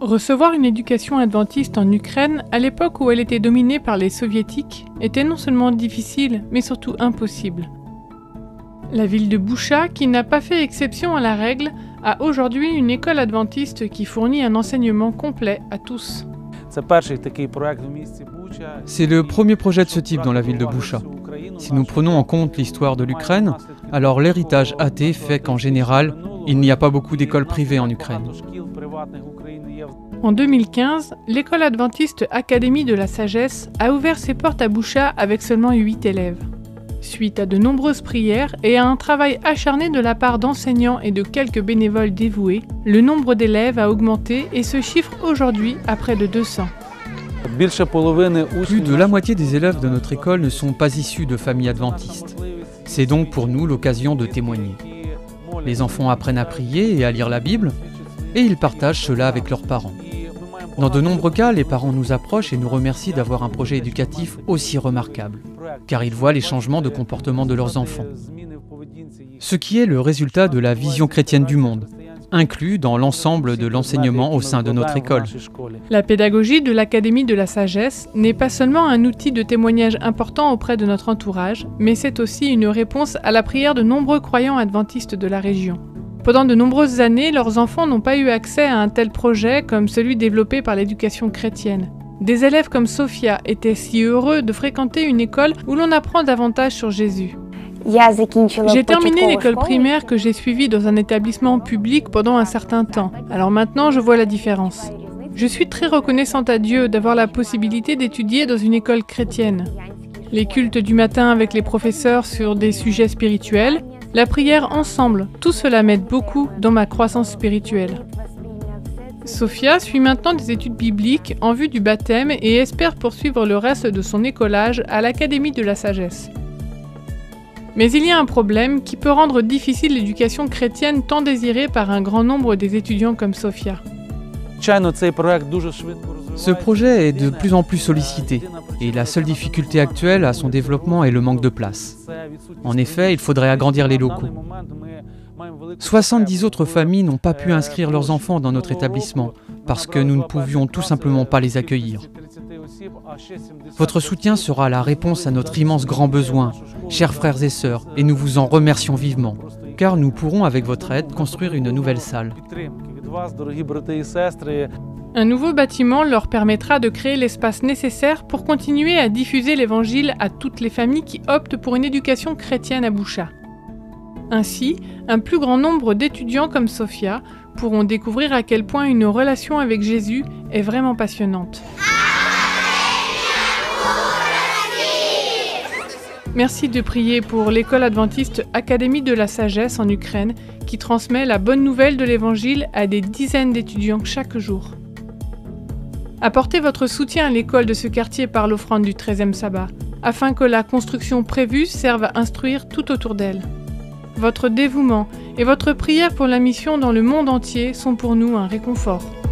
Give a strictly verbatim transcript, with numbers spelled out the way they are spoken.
Recevoir une éducation adventiste en Ukraine, à l'époque où elle était dominée par les soviétiques, était non seulement difficile, mais surtout impossible. La ville de Boutcha, qui n'a pas fait exception à la règle, a aujourd'hui une école adventiste qui fournit un enseignement complet à tous. C'est le premier projet de ce type dans la ville de Boutcha. Si nous prenons en compte l'histoire de l'Ukraine, alors l'héritage athée fait qu'en général, il n'y a pas beaucoup d'écoles privées en Ukraine. En deux mille quinze, l'école adventiste Académie de la Sagesse a ouvert ses portes à Boutcha avec seulement huit élèves. Suite à de nombreuses prières et à un travail acharné de la part d'enseignants et de quelques bénévoles dévoués, le nombre d'élèves a augmenté et se chiffre aujourd'hui à près de deux cents. Plus de la moitié des élèves de notre école ne sont pas issus de familles adventistes. C'est donc pour nous l'occasion de témoigner. Les enfants apprennent à prier et à lire la Bible, et ils partagent cela avec leurs parents. Dans de nombreux cas, les parents nous approchent et nous remercient d'avoir un projet éducatif aussi remarquable, car ils voient les changements de comportement de leurs enfants. Ce qui est le résultat de la vision chrétienne du monde, inclus dans l'ensemble de l'enseignement au sein de notre école. La pédagogie de l'Académie de la Sagesse n'est pas seulement un outil de témoignage important auprès de notre entourage, mais c'est aussi une réponse à la prière de nombreux croyants adventistes de la région. Pendant de nombreuses années, leurs enfants n'ont pas eu accès à un tel projet comme celui développé par l'éducation chrétienne. Des élèves comme Sophia étaient si heureux de fréquenter une école où l'on apprend davantage sur Jésus. J'ai terminé l'école primaire que j'ai suivie dans un établissement public pendant un certain temps. Alors maintenant, je vois la différence. Je suis très reconnaissante à Dieu d'avoir la possibilité d'étudier dans une école chrétienne. Les cultes du matin avec les professeurs sur des sujets spirituels, la prière ensemble, tout cela m'aide beaucoup dans ma croissance spirituelle. Sophia suit maintenant des études bibliques en vue du baptême et espère poursuivre le reste de son écolage à l'Académie de la Sagesse. Mais il y a un problème qui peut rendre difficile l'éducation chrétienne tant désirée par un grand nombre des étudiants comme Sophia. Ce projet est de plus en plus sollicité, et la seule difficulté actuelle à son développement est le manque de place. En effet, il faudrait agrandir les locaux. soixante-dix autres familles n'ont pas pu inscrire leurs enfants dans notre établissement, parce que nous ne pouvions tout simplement pas les accueillir. Votre soutien sera la réponse à notre immense grand besoin, chers frères et sœurs, et nous vous en remercions vivement, car nous pourrons avec votre aide construire une nouvelle salle. Un nouveau bâtiment leur permettra de créer l'espace nécessaire pour continuer à diffuser l'Évangile à toutes les familles qui optent pour une éducation chrétienne à Boutcha. Ainsi, un plus grand nombre d'étudiants comme Sophia pourront découvrir à quel point une relation avec Jésus est vraiment passionnante. Merci de prier pour l'école adventiste Académie de la Sagesse en Ukraine qui transmet la bonne nouvelle de l'Évangile à des dizaines d'étudiants chaque jour. Apportez votre soutien à l'école de ce quartier par l'offrande du treizième sabbat, afin que la construction prévue serve à instruire tout autour d'elle. Votre dévouement et votre prière pour la mission dans le monde entier sont pour nous un réconfort.